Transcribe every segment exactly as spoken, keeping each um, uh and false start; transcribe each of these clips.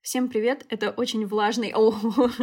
Всем привет! Это очень влажный, о,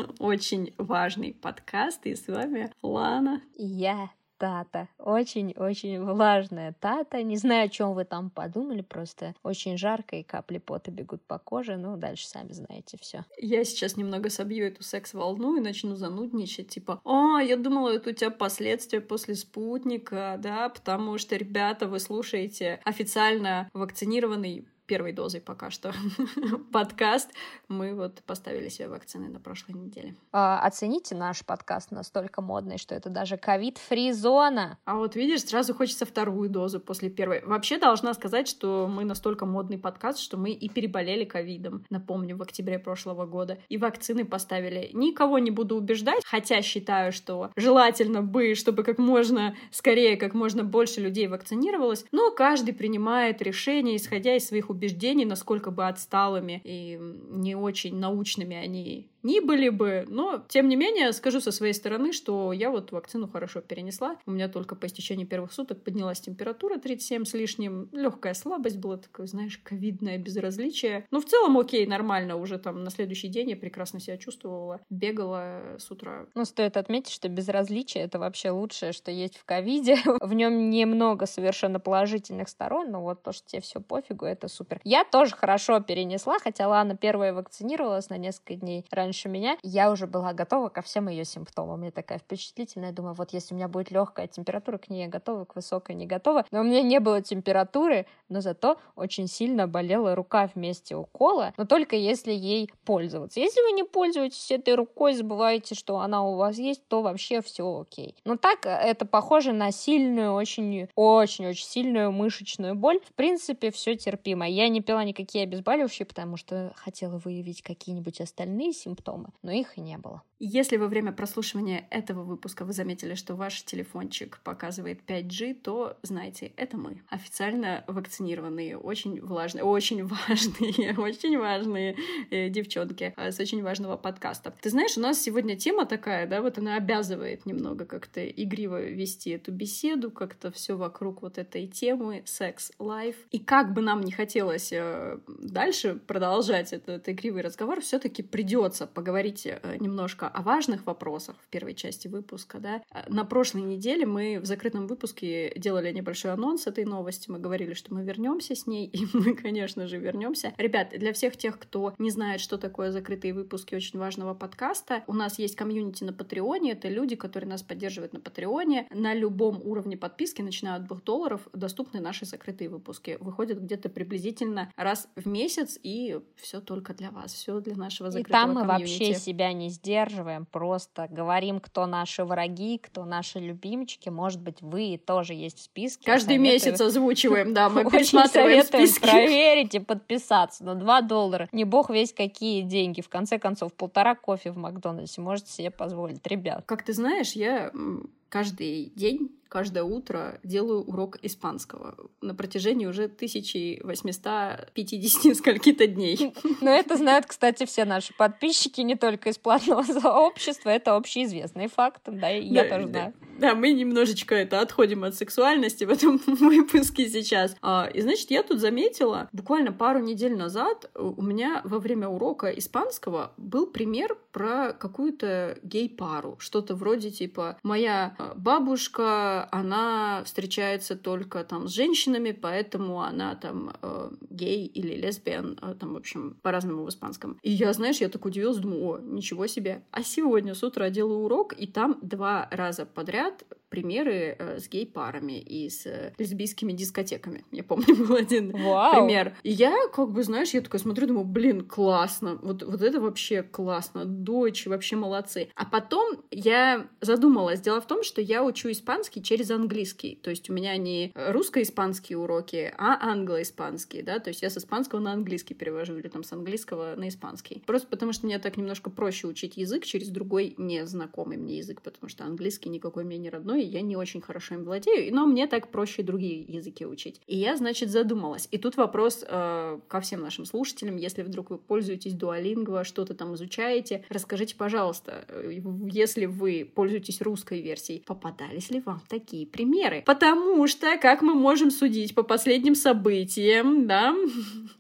очень важный подкаст, и с вами Лана. И я, Тата. Очень-очень влажная Тата. Не знаю, о чем вы там подумали, просто очень жарко, и капли пота бегут по коже. Ну, дальше сами знаете все. Я сейчас немного собью эту секс-волну и начну занудничать, типа, «А, я думала, это у тебя последствия после спутника, да, потому что, ребята, вы слушаете официально вакцинированный первой дозой пока что подкаст. Мы вот поставили себе вакцины на прошлой неделе. А, оцените наш подкаст настолько модный, что это даже ковид-фри зона. А вот видишь, сразу хочется вторую дозу после первой. Вообще должна сказать, что мы настолько модный подкаст, что мы и переболели ковидом, напомню, в октябре прошлого года. И вакцины поставили. Никого не буду убеждать, хотя считаю, что желательно бы, чтобы как можно скорее, как можно больше людей вакцинировалось, но каждый принимает решение, исходя из своих убеждений, убеждений, насколько бы отсталыми и не очень научными они ни были бы, но, тем не менее, скажу со своей стороны, что я вот вакцину хорошо перенесла. У меня только по истечении первых суток поднялась температура тридцать семь с лишним, легкая слабость была, такое, знаешь, ковидное безразличие. Но в целом окей, нормально, уже там на следующий день я прекрасно себя чувствовала, бегала с утра. Ну, стоит отметить, что безразличие — это вообще лучшее, что есть в ковиде. В нем немного совершенно положительных сторон, но вот то, что тебе все пофигу, это супер. Я тоже хорошо перенесла, хотя Лана первая вакцинировалась на несколько дней раньше меня, я уже была готова ко всем ее симптомам. Я такая впечатлительная, думаю, вот если у меня будет легкая температура, к ней я готова, к высокой не готова. Но у меня не было температуры, но зато очень сильно болела рука в месте укола, но только если ей пользоваться. Если вы не пользуетесь этой рукой, забываете, что она у вас есть, то вообще все окей. Но так это похоже на сильную, очень-очень-очень сильную мышечную боль. В принципе, все терпимо. Я не пила никакие обезболивающие, потому что хотела выявить какие-нибудь остальные симптомы, но их и не было. Если во время прослушивания этого выпуска вы заметили, что ваш телефончик показывает пять джи, то знайте, это мы. Официально вакцинированные, очень влажные, очень важные, очень важные э, девчонки э, с очень важного подкаста. Ты знаешь, у нас сегодня тема такая, да, вот она обязывает немного как-то игриво вести эту беседу, как-то все вокруг вот этой темы, секс-лайф. И как бы нам не хотелось э, дальше продолжать этот игривый разговор, все-таки придется поговорить э, немножко о важных вопросах в первой части выпуска, да. На прошлой неделе мы в закрытом выпуске делали небольшой анонс этой новости, мы говорили, что мы вернемся с ней, и мы, конечно же, вернемся. Ребят, для всех тех, кто не знает, что такое закрытые выпуски очень важного подкаста, у нас есть комьюнити на Патреоне, это люди, которые нас поддерживают на Патреоне, на любом уровне подписки, начиная от двух долларов, доступны наши закрытые выпуски. Выходят где-то приблизительно раз в месяц, и все только для вас, все для нашего закрытого комьюнити. И там мы вообще себя не сдерживаем, просто говорим, кто наши враги, кто наши любимчики. Может быть, вы тоже есть в списке. Каждый советую... месяц озвучиваем, да, мы очень пересматриваем советуем списки. Проверить и подписаться на два доллара. Не бог весть какие деньги. В конце концов, полтора кофе в Макдональдсе можете себе позволить, ребят. Как ты знаешь, я каждый день, каждое утро делаю урок испанского на протяжении уже тысяча восемьсот пятьдесят скольки-то дней. Но это знают, кстати, все наши подписчики, не только из платного сообщества. Это общеизвестный факт, да, и я да, тоже да. знаю. Да, мы немножечко это отходим от сексуальности в этом выпуске сейчас. А, и, значит, я тут заметила, буквально пару недель назад у меня во время урока испанского был пример про какую-то гей-пару. Что-то вроде типа «моя бабушка, она встречается только там с женщинами, поэтому она там э, гей или лесбиян», э, там, в общем, по-разному в испанском. И я, знаешь, я так удивилась, думаю, о, ничего себе. А сегодня с утра делаю урок, и там два раза подряд примеры э, с гей-парами и с э, лесбийскими дискотеками. Я помню, был один Вау. пример. И я, как бы, знаешь, я такая смотрю, думаю, блин, классно. Вот, вот это вообще классно. Дочь, вообще молодцы. А потом я задумалась. Дело в том, что я учу испанский через английский. То есть у меня не русско-испанские уроки, а англо-испанские, да. То есть я с испанского на английский перевожу или там с английского на испанский. Просто потому что мне так немножко проще учить язык через другой незнакомый мне язык, потому что английский никакой мне не родной, и я не очень хорошо им владею, но мне так проще другие языки учить. И я, значит, задумалась. И тут вопрос э, ко всем нашим слушателям, если вдруг вы пользуетесь Duolingo, что-то там изучаете, расскажите, пожалуйста, если вы пользуетесь русской версией, попадались ли вам такие примеры? Потому что, как мы можем судить по последним событиям, да...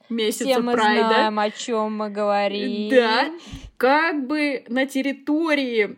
месяца Все мы Прайда. знаем, о чем мы говорим. Да. Как бы на территории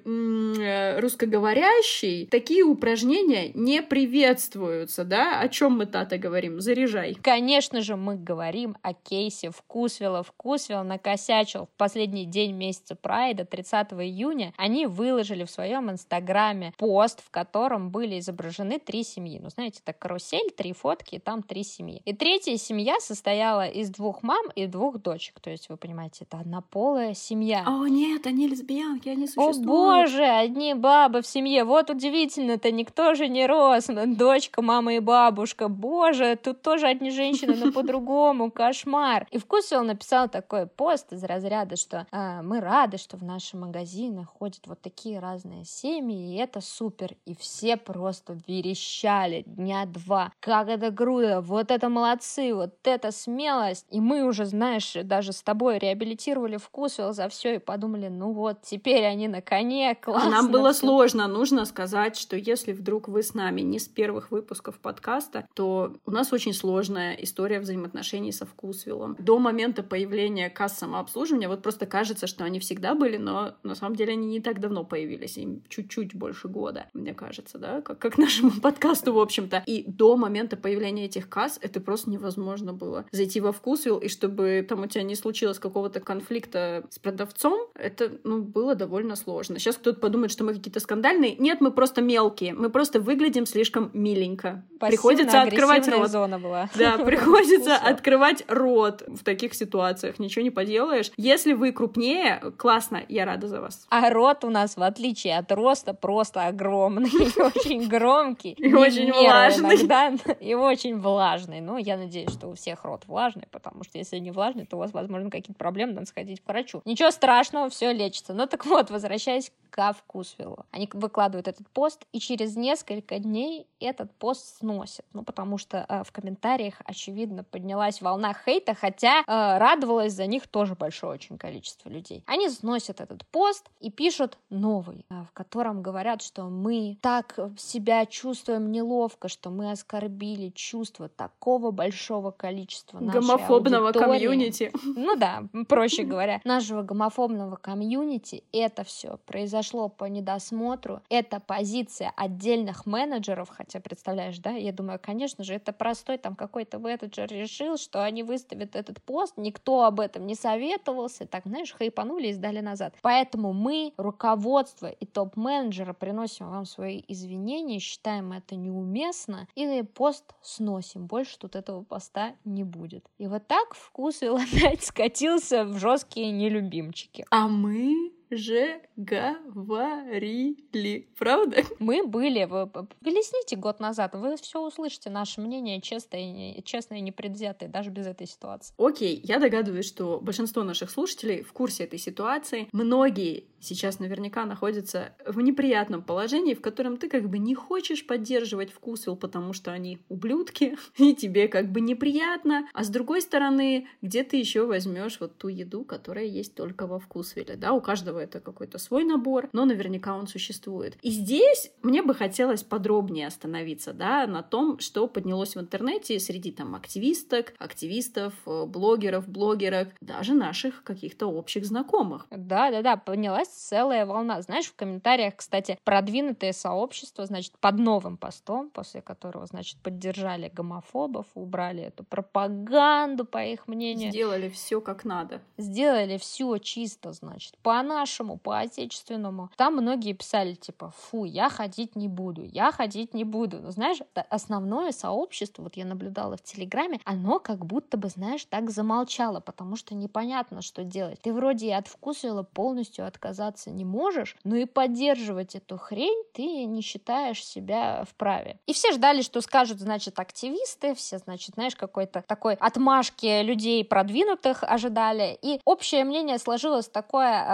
м- русскоговорящей такие упражнения не приветствуются, да? О чем мы, Тата, говорим? Заряжай. Конечно же, мы говорим о кейсе Вкусвилла. Вкусвилл накосячил в последний день месяца Прайда, тридцатого июня. Они выложили в своем инстаграме пост, в котором были изображены три семьи. Ну, знаете, это карусель, три фотки, и там три семьи. И третья семья состояла из двух мам и двух дочек. То есть, вы понимаете, это однополая семья. О, нет, они лесбиянки, они О существуют. боже, одни бабы в семье. Вот удивительно-то, никто же не рос. Дочка, мама и бабушка. Боже, тут тоже одни женщины, но по-другому. Кошмар. И Вкусвилл написал такой пост из разряда, что э, мы рады, что в наши магазины ходят вот такие разные семьи, и это супер. И все просто верещали дня два. Как это круто, вот это молодцы, вот это смелость. И мы уже, знаешь, даже с тобой реабилитировали Вкусвилл за все и подумали, ну вот, теперь они на коне, классно. Нам было всё. сложно, нужно сказать, что если вдруг вы с нами не с первых выпусков подкаста, то у нас очень сложная история взаимоотношений со Вкусвиллом. До момента появления касс самообслуживания вот просто кажется, что они всегда были, но на самом деле они не так давно появились, им чуть-чуть больше года, мне кажется, да, как, как нашему подкасту, в общем-то. И до момента появления этих касс это просто невозможно было. Зайти во Вкусвилл, и чтобы там у тебя не случилось какого-то конфликта с продавцом, это, ну, было довольно сложно. Сейчас кто-то подумает, что мы какие-то скандальные. Нет, мы просто мелкие. Мы просто выглядим слишком миленько. Приходится открывать рот. Зона была. Да, приходится открывать рот в таких ситуациях. Ничего не поделаешь. Если вы крупнее, классно, я рада за вас. А рот у нас, в отличие от роста, просто огромный, очень громкий. И очень влажный. Иногда, и очень влажный. Ну, я надеюсь, что у всех рот влажный, потому что если не влажный, то у вас, возможно, какие-то проблемы, надо сходить к врачу. Ничего страшного, все лечится. Ну так вот, возвращаясь к Вкусвиллу. Они выкладывают этот пост, и через несколько дней этот пост сносят. Ну, потому что э, в комментариях, очевидно, поднялась волна хейта, хотя э, радовалось за них тоже большое очень количество людей. Они сносят этот пост и пишут новый, э, в котором говорят, что мы так себя чувствуем неловко, что мы оскорбили чувства такого большого количества нашей гомофобного аудитории. комьюнити. Ну да, проще говоря, нашего гомофобного комьюнити. Это все произошло по недосмотру. Это позиция отдельных менеджеров, хотя, представляешь, да, я думаю, конечно же, это простой там какой-то менеджер решил, что они выставят этот пост, никто об этом не советовался, так, знаешь, хайпанули и сдали назад. Поэтому мы, руководство и топ-менеджеры, приносим вам свои извинения, считаем это неуместно, и пост сносим. Больше тут этого поста не будет. И вот так Вкусвилл опять скатился в жесткие нелюбимчики. А мы же говорили, правда? Мы были, вы перелистните год назад, вы все услышите, наше мнение честное и, честное и непредвзятое, даже без этой ситуации. Окей, я догадываюсь, что большинство наших слушателей в курсе этой ситуации. Многие сейчас наверняка находятся в неприятном положении, в котором ты как бы не хочешь поддерживать Вкусвилл, потому что они ублюдки, и тебе как бы неприятно. А с другой стороны, где ты еще возьмешь вот ту еду, которая есть только во Вкусвилле, да? У каждого это какой-то свой набор, но наверняка он существует. И здесь мне бы хотелось подробнее остановиться, да, на том, что поднялось в интернете среди там активисток, активистов, блогеров, блогерок, даже наших каких-то общих знакомых. Да-да-да, поднялась целая волна. Знаешь, в комментариях, кстати, продвинутое сообщество, значит, под новым постом, после которого, значит, поддержали гомофобов, убрали эту пропаганду, по их мнению. Сделали все как надо. Сделали все чисто, значит, по-нашему, по-отечественному. Там многие писали, типа, фу, я ходить не буду, я ходить не буду. Но, знаешь, основное сообщество, вот я наблюдала в Телеграме, оно как будто бы, знаешь, так замолчало, потому что непонятно, что делать. Ты вроде и от Вкусвилла полностью отказаться не можешь, но и поддерживать эту хрень ты не считаешь себя вправе. И все ждали, что скажут, значит, активисты, все, значит, знаешь, какой-то такой отмашки людей продвинутых ожидали. И общее мнение сложилось такое э, в соцсетях,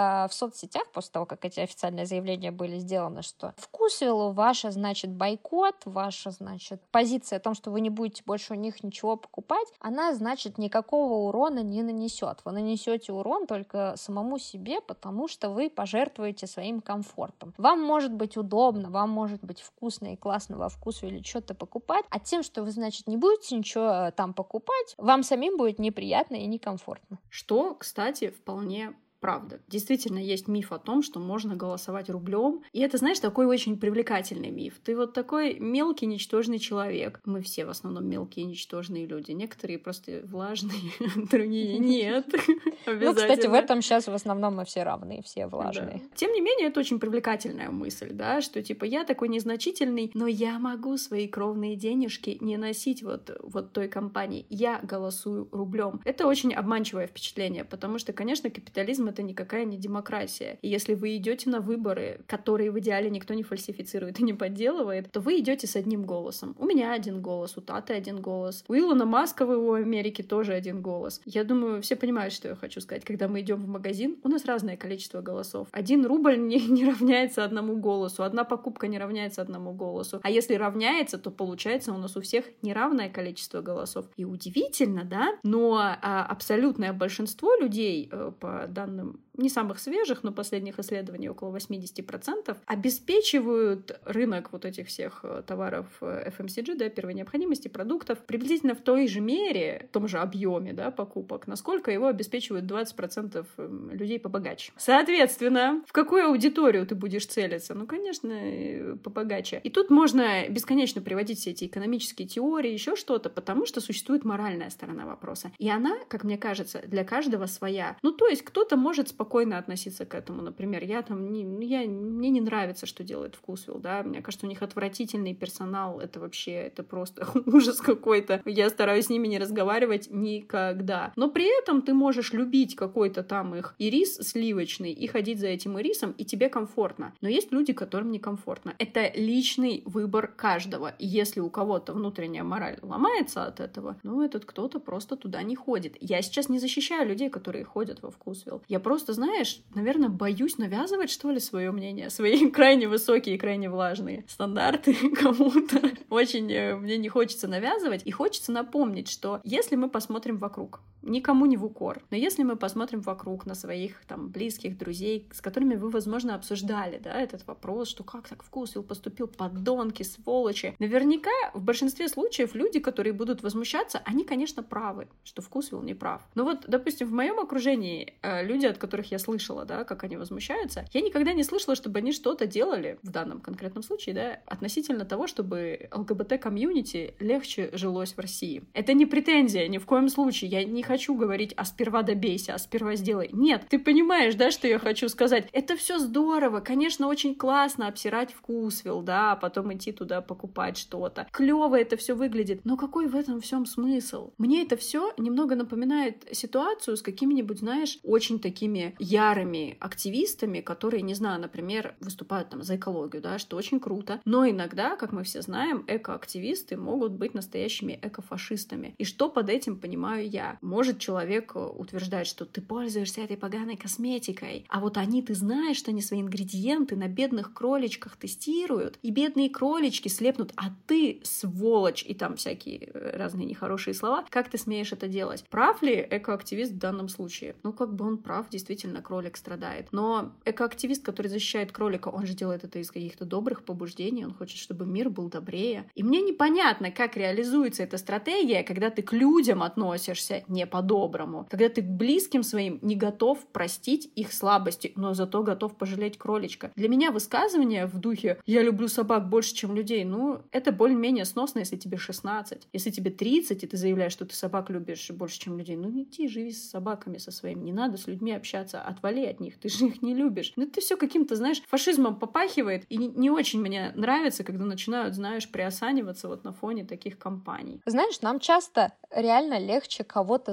соцсетях, после того, как эти официальные заявления были сделаны, что Вкусвиллу ваша, значит, бойкот, ваша, значит, позиция о том, что вы не будете больше у них ничего покупать, она, значит, никакого урона не нанесет. Вы нанесете урон только самому себе, потому что вы пожертвуете своим комфортом. Вам может быть удобно, вам может быть вкусно и классно во Вкусвилле что-то покупать, а тем, что вы, значит, не будете ничего там покупать, вам самим будет неприятно и некомфортно. Что, кстати, вполне правда. Действительно, есть миф о том, что можно голосовать рублем. И это, знаешь, такой очень привлекательный миф. Ты вот такой мелкий, ничтожный человек. Мы все в основном мелкие, ничтожные люди. Некоторые просто влажные, другие нет. Ну, кстати, в этом сейчас в основном мы все равны, все влажные. Да. Тем не менее, это очень привлекательная мысль, да, что типа я такой незначительный, но я могу свои кровные денежки не носить вот, вот той компании. Я голосую рублем. Это очень обманчивое впечатление, потому что, конечно, капитализм — это никакая не демократия. И если вы идете на выборы, которые в идеале никто не фальсифицирует и не подделывает, то вы идете с одним голосом. У меня один голос, у Таты один голос, у Илона Маска в Америке тоже один голос. Я думаю, все понимают, что я хочу сказать. Когда мы идем в магазин, у нас разное количество голосов. Один рубль не, не равняется одному голосу, одна покупка не равняется одному голосу. А если равняется, то получается у нас у всех неравное количество голосов. И удивительно, да? Но а, абсолютное большинство людей, по данным не самых свежих, но последних исследований около восемьдесят процентов, обеспечивают рынок вот этих всех товаров эф эм си джи, да, первой необходимости, продуктов, приблизительно в той же мере, в том же объеме, да, покупок, насколько его обеспечивают двадцать процентов людей побогаче. Соответственно, в какую аудиторию ты будешь целиться? Ну, конечно, побогаче. И тут можно бесконечно приводить все эти экономические теории, еще что-то, потому что существует моральная сторона вопроса. И она, как мне кажется, для каждого своя. Ну, то есть кто-то может спокойно относиться к этому. Например, я там, не, я, мне не нравится, что делает Вкусвилл, да, мне кажется, у них отвратительный персонал, это вообще, это просто ужас какой-то. Я стараюсь с ними не разговаривать никогда. Но при этом ты можешь любить какой-то там их ирис сливочный и ходить за этим ирисом, и тебе комфортно. Но есть люди, которым некомфортно. Это личный выбор каждого. И если у кого-то внутренняя мораль ломается от этого, ну, этот кто-то просто туда не ходит. Я сейчас не защищаю людей, которые ходят во Вкусвилл. Я просто, знаешь, наверное, боюсь навязывать, что ли, свое мнение, свои крайне высокие и крайне влажные стандарты кому-то. Очень мне не хочется навязывать, и хочется напомнить, что если мы посмотрим вокруг, никому не в укор, но если мы посмотрим вокруг на своих там близких, друзей, с которыми вы, возможно, обсуждали, да, этот вопрос, что как так Вкусвилл поступил, подонки, сволочи. Наверняка в большинстве случаев люди, которые будут возмущаться, они, конечно, правы, что Вкусвилл не прав. Но вот, допустим, в моем окружении люди, от которых я слышала, да, как они возмущаются, я никогда не слышала, чтобы они что-то делали, в данном конкретном случае, да, относительно того, чтобы ЛГБТ-комьюнити легче жилось в России. Это не претензия, ни в коем случае. Я не хочу говорить, а сперва добейся, а сперва сделай. Нет, ты понимаешь, да, что я хочу сказать? Это все здорово, конечно, очень классно обсирать Вкусвилл, да, а потом идти туда покупать что-то. Клево это все выглядит, но какой в этом всем смысл? Мне это все немного напоминает ситуацию с какими-нибудь, знаешь, очень такими ярыми активистами, которые, не знаю, например, выступают там за экологию, да, что очень круто, но иногда, как мы все знаем, экоактивисты могут быть настоящими экофашистами. И что под этим понимаю я? Может человек утверждать, что ты пользуешься этой поганой косметикой, а вот они, ты знаешь, что они свои ингредиенты на бедных кроличках тестируют, и бедные кролички слепнут, а ты сволочь, и там всякие разные нехорошие слова. Как ты смеешь это делать? Прав ли экоактивист в данном случае? Ну, как бы он прав, действительно, кролик страдает. Но экоактивист, который защищает кролика, он же делает это из каких-то добрых побуждений, он хочет, чтобы мир был добрее. И мне непонятно, как реализуется эта стратегия, когда ты к людям относишься не по-доброму, когда ты к близким своим не готов простить их слабости, но зато готов пожалеть кроличка. Для меня высказывание в духе «я люблю собак больше, чем людей», ну, это более-менее сносно, если тебе шестнадцать. Если тебе тридцать, и ты заявляешь, что ты собак любишь больше, чем людей, ну, иди, живи с собаками со своими, не надо с людьми общаться, отвали от них, ты же их не любишь. Ну, это все каким-то, знаешь, фашизмом попахивает, и не, не очень мне нравится, когда начинают, знаешь, приосаниваться вот на фоне таких компаний. Знаешь, нам часто реально легче кого-то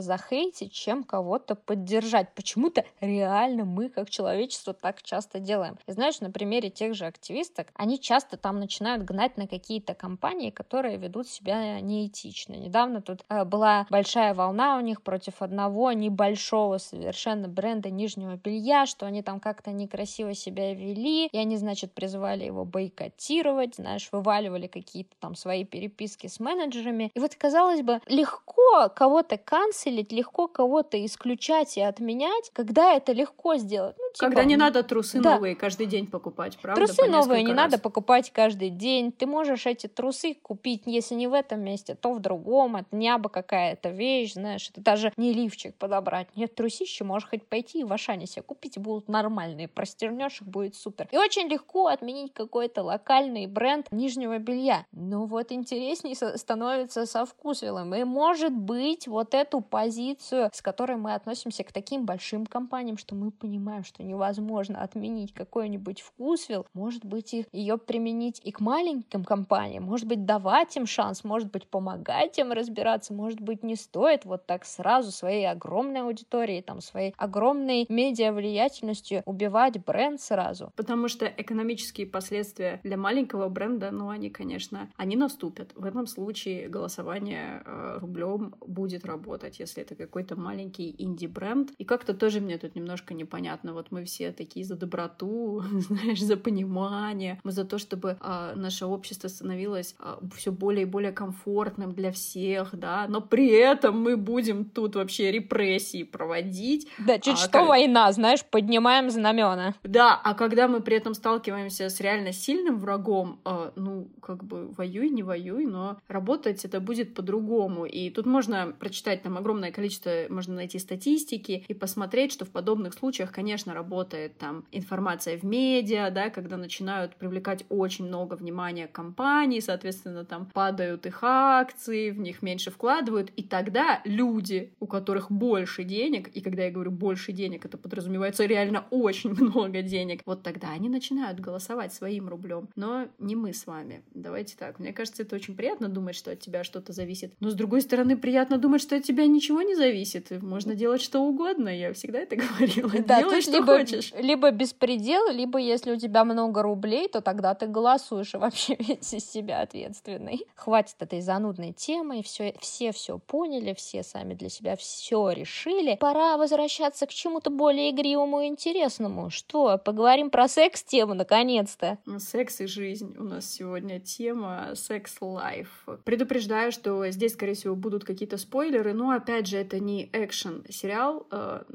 захейтить, чем кого-то поддержать. Почему-то реально мы, как человечество, так часто делаем. И знаешь, на примере тех же активисток, они часто там начинают гнать на какие-то компании, которые ведут себя неэтично. Недавно тут э, была большая волна у них против одного небольшого совершенно бренда нижнего белья, что они там как-то некрасиво себя вели, и они, значит, призывали его бойкотировать, знаешь, вываливали какие-то там свои переписки с менеджерами. И вот, казалось бы, легко кого-то канцелить, легко кого-то исключать и отменять, когда это легко сделать. Ну, типа, когда не надо трусы да. новые каждый день покупать, правда? Трусы новые не раз. надо покупать каждый день. Ты можешь эти трусы купить, если не в этом месте, то в другом. Это не абы какая-то вещь, знаешь, это даже не лифчик подобрать. Нет, трусище можешь хоть пойти и в Ашане себе купить, будут нормальные. Простернешь их, будет супер. И очень легко отменить какой-то локальный бренд нижнего белья. Но вот интереснее становится со вкусвиллом. И может быть вот эту позицию, с которой мы относимся к таким большим компаниям, что мы понимаем, что невозможно отменить какой-нибудь вкусвилл, может быть и ее применить и к маленьким компаниям, может быть давать им шанс, может быть помогать им разбираться, может быть не стоит вот так сразу своей огромной аудиторией, там, своей огромной медиа-влиятельностью убивать бренд сразу. Потому что экономические последствия для маленького бренда, ну, они, конечно, они наступят. В этом случае голосование э, рублем будет работать, если это какой-то маленький инди-бренд. И как-то тоже мне тут немножко непонятно. Вот мы все такие за доброту, знаешь, за понимание, мы за то, чтобы э, наше общество становилось э, все более и более комфортным для всех, да, но при этом мы будем тут вообще репрессии проводить. Да, чуть а, что как... война, знаешь, поднимаем знамена. Да, а когда мы при этом сталкиваемся с реально сильным врагом, э, ну, как бы воюй, не воюй, но работать это будет по-другому. И тут можно прочитать там огромное количество, можно найти статистики и посмотреть, что в подобных случаях, конечно, работает там информация в медиа, да, когда начинают привлекать очень много внимания компаний, соответственно, там падают их акции, в них меньше вкладывают, и тогда люди, у которых больше денег, и когда я говорю больше денег, это подразумевается реально очень много денег, вот тогда они начинают голосовать своим рублем. Но не мы с вами. Давайте так. Мне кажется, это очень приятно думать, что от тебя что-то зависит. Но, с другой стороны, приятно думать, что от тебя ничего не зависит. И можно делать что угодно. Я всегда это говорила. Да, делай, что либо, хочешь. Либо беспредел, либо если у тебя много рублей, то тогда ты голосуешь и вообще весь из себя ответственный. Хватит этой занудной темы. Все, все все поняли, все сами для себя все решили. Пора возвращаться к чему-то более игривому и интересному. Что, поговорим про секс-тему наконец-то? Секс и жизнь. У нас сегодня тема секс-лайф. Предупреждаю, что здесь, скорее всего, будут какие-то спойлеры, но, опять же, это не экшен-сериал,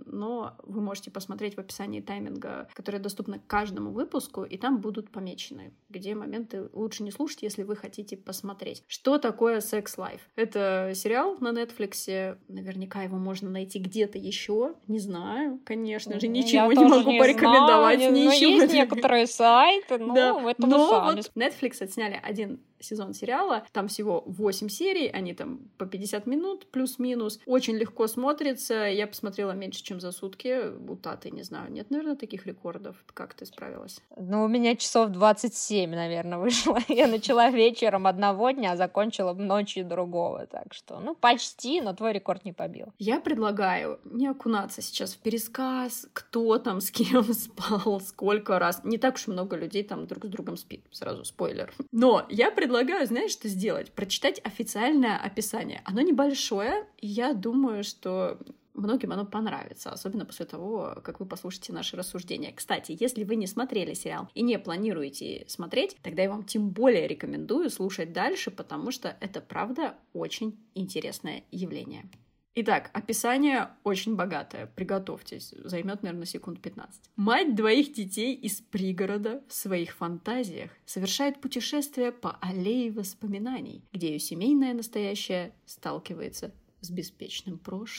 но вы можете посмотреть в описании тайминга, которое доступно к каждому выпуску, и там будут помечены, где моменты лучше не слушать, если вы хотите посмотреть. Что такое секс-лайф? Это сериал на Netflix, наверняка его можно найти где-то еще, не знаю, конечно же, ничего Я не могу не порекомендовать, знаю, ничего. Но есть некоторые сайты, но да. это но вы сами. Вот Netflix отсняли один сезон сериала, там всего восемь серий, они там по пятьдесят минут, плюс-минус, очень легко смотрится, я посмотрела меньше, чем за сутки, у Таты, не знаю, нет, наверное, таких рекордов, как ты справилась? Ну, у меня часов двадцать семь, наверное, вышло, я начала вечером одного дня, а закончила ночью другого, так что, ну, почти, но твой рекорд не побил. Я предлагаю не окунаться сейчас в пересказ, кто там с кем спал, сколько раз, не так уж много людей там друг с другом спит, сразу спойлер, но я предлагаю Предлагаю, знаешь, что сделать? Прочитать официальное описание. Оно небольшое, и я думаю, что многим оно понравится, особенно после того, как вы послушаете наши рассуждения. Кстати, если вы не смотрели сериал и не планируете смотреть, тогда я вам тем более рекомендую слушать дальше, потому что это, правда, очень интересное явление. Итак, описание очень богатое. Приготовьтесь. Займет, наверное, секунд пятнадцать. Мать двоих детей из пригорода в своих фантазиях совершает путешествие по аллее воспоминаний, где ее семейное настоящее сталкивается с беспечным прошлым.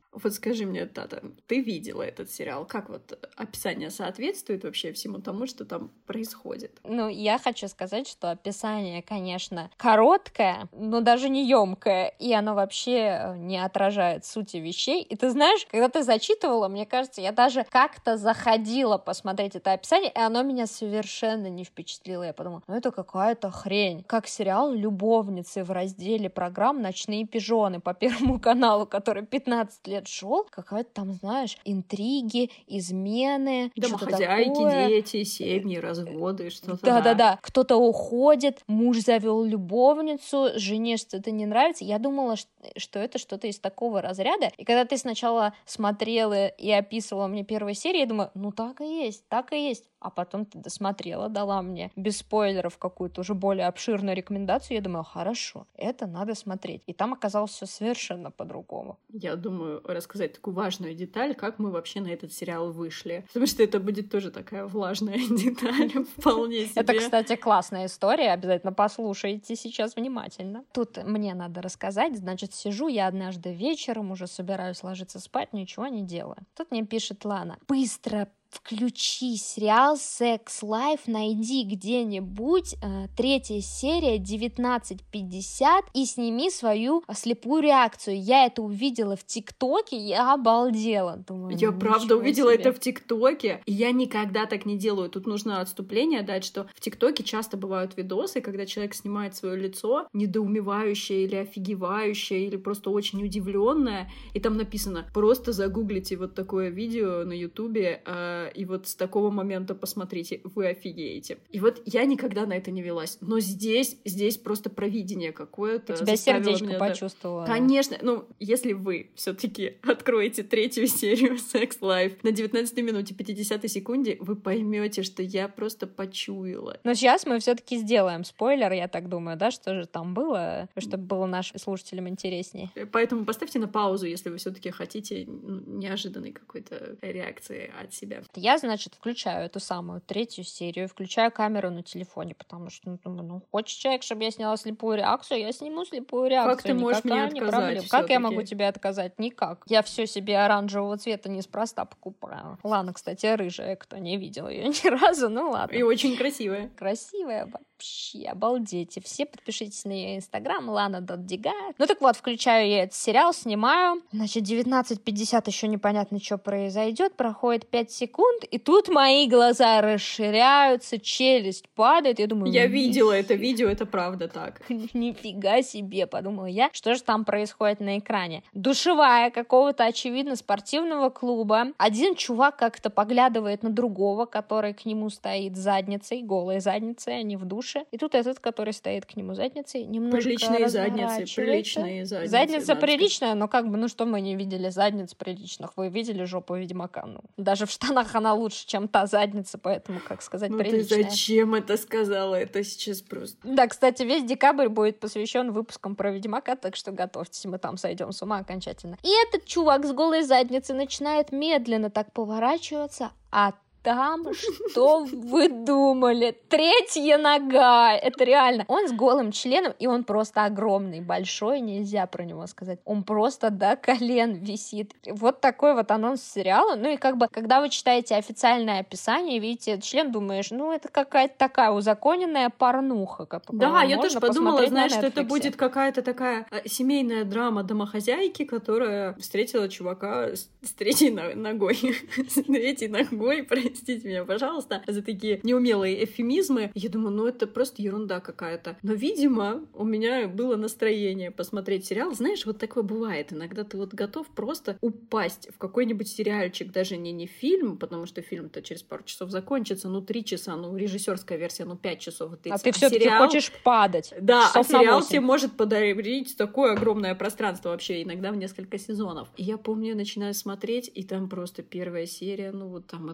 Вот скажи мне, Тата, ты видела этот сериал? Как вот описание соответствует вообще всему тому, что там происходит? Ну, я хочу сказать, что описание, конечно, короткое, но даже не ёмкое, и оно вообще не отражает сути вещей. И ты знаешь, когда ты зачитывала, мне кажется, я даже как-то заходила посмотреть это описание, и оно меня совершенно не впечатлило. Я подумала, ну это какая-то хрень. Как сериал «Любовницы» в разделе программ «Ночные пижоны» по Первому каналу, который пятнадцать лет шел, какая-то там, знаешь, интриги, измены, домохозяйки, дети, семьи, разводы, что-то. Да-да-да. Кто-то уходит, муж завел любовницу, жене что-то не нравится. Я думала, что это что-то из такого разряда. И когда ты сначала смотрела и описывала мне первую серию, я думаю, ну так и есть, так и есть. А потом ты досмотрела, дала мне без спойлеров какую-то уже более обширную рекомендацию. Я думаю, хорошо, это надо смотреть. И там оказалось все совершенно по-другому. Я думаю рассказать такую важную деталь, как мы вообще на этот сериал вышли. Потому что это будет тоже такая влажная деталь, вполне себе. Это, кстати, классная история, обязательно послушайте сейчас внимательно. Тут мне надо рассказать, значит, сижу я однажды вечером, уже собираюсь ложиться спать, ничего не делаю. Тут мне пишет Лана, быстро включи сериал Sex Life, найди где-нибудь э, третья серия девятнадцать пятьдесят и сними свою слепую реакцию. Я это увидела в ТикТоке, я обалдела. Думаю, я ну, правда увидела себе. это в ТикТоке, и я никогда так не делаю. Тут нужно отступление дать, что в ТикТоке часто бывают видосы, когда человек снимает свое лицо, недоумевающее или офигевающее, или просто очень удивленное, и там написано, просто загуглите вот такое видео на Ютубе, э, и вот с такого момента посмотрите, вы офигеете. И вот я никогда на это не велась. Но здесь, здесь просто провидение какое-то. У тебя сердечко меня, почувствовало. Да. Конечно. Ну, если вы все-таки откроете третью серию Sex Life на девятнадцатой минуте пятидесятой секунде, вы поймете, что я просто почуяла. Но сейчас мы все-таки сделаем спойлер, я так думаю, да, что же там было, чтобы было нашим слушателям интереснее. Поэтому поставьте на паузу, если вы все-таки хотите неожиданной какой-то реакции от себя. Я, значит, включаю эту самую третью серию, включаю камеру на телефоне, потому что, ну, думаю, ну, хочет человек, чтобы я сняла слепую реакцию, я сниму слепую реакцию. Как ты можешь мне отказать? Как я могу тебе отказать? Никак. Я все себе оранжевого цвета неспроста покупаю. Лана, кстати, рыжая, кто не видел ее ни разу, ну ладно. И очень красивая. Красивая вообще, обалдеть. Все подпишитесь на ее инстаграм, lana.diga. Ну так вот, включаю я этот сериал, снимаю. Значит, девятнадцать пятьдесят еще непонятно, что произойдет. Проходит пять секунд, и тут мои глаза расширяются, челюсть падает. Я думаю, я видела это видео, это правда так. Нифига себе, подумала я, что же там происходит на экране. Душевая какого-то, очевидно, спортивного клуба. Один чувак как-то поглядывает на другого, который к нему стоит задницей, голой задницей, они в душе. И тут этот, который стоит к нему задницей, немножко приличные задницы, приличные задницы. Задница приличная, но как бы, ну что мы не видели задниц приличных? Вы видели жопу Ведьмака? Ну, даже в штанах она лучше, чем та задница, поэтому, как сказать, ну, приличная. Ты зачем это сказала? Это сейчас просто... Да, кстати, весь декабрь будет посвящен выпускам про Ведьмака, так что готовьтесь, мы там сойдем с ума окончательно. И этот чувак с голой задницей начинает медленно так поворачиваться, а там, что вы думали? Третья нога! Это реально. Он с голым членом, и он просто огромный, большой, нельзя про него сказать. Он просто до колен висит. Вот такой вот анонс сериала. Ну и как бы, когда вы читаете официальное описание, видите этот член, думаешь, ну это какая-то такая узаконенная порнуха. Да, я тоже подумала, знаешь, что это будет какая-то такая семейная драма домохозяйки, которая встретила чувака с третьей ногой. С третьей ногой, простите меня, пожалуйста, за такие неумелые эвфемизмы. Я думаю, ну это просто ерунда какая-то. Но, видимо, у меня было настроение посмотреть сериал. Знаешь, вот такое бывает. Иногда ты вот готов просто упасть в какой-нибудь сериальчик, даже не не фильм, потому что фильм-то через пару часов закончится, ну три часа, ну режиссерская версия, ну пять часов. А ты все-таки сериал... хочешь падать. Да, а сериал тебе может подарить такое огромное пространство вообще, иногда в несколько сезонов. И я помню, я начинаю смотреть, и там просто первая серия, ну вот там это домохозяйка,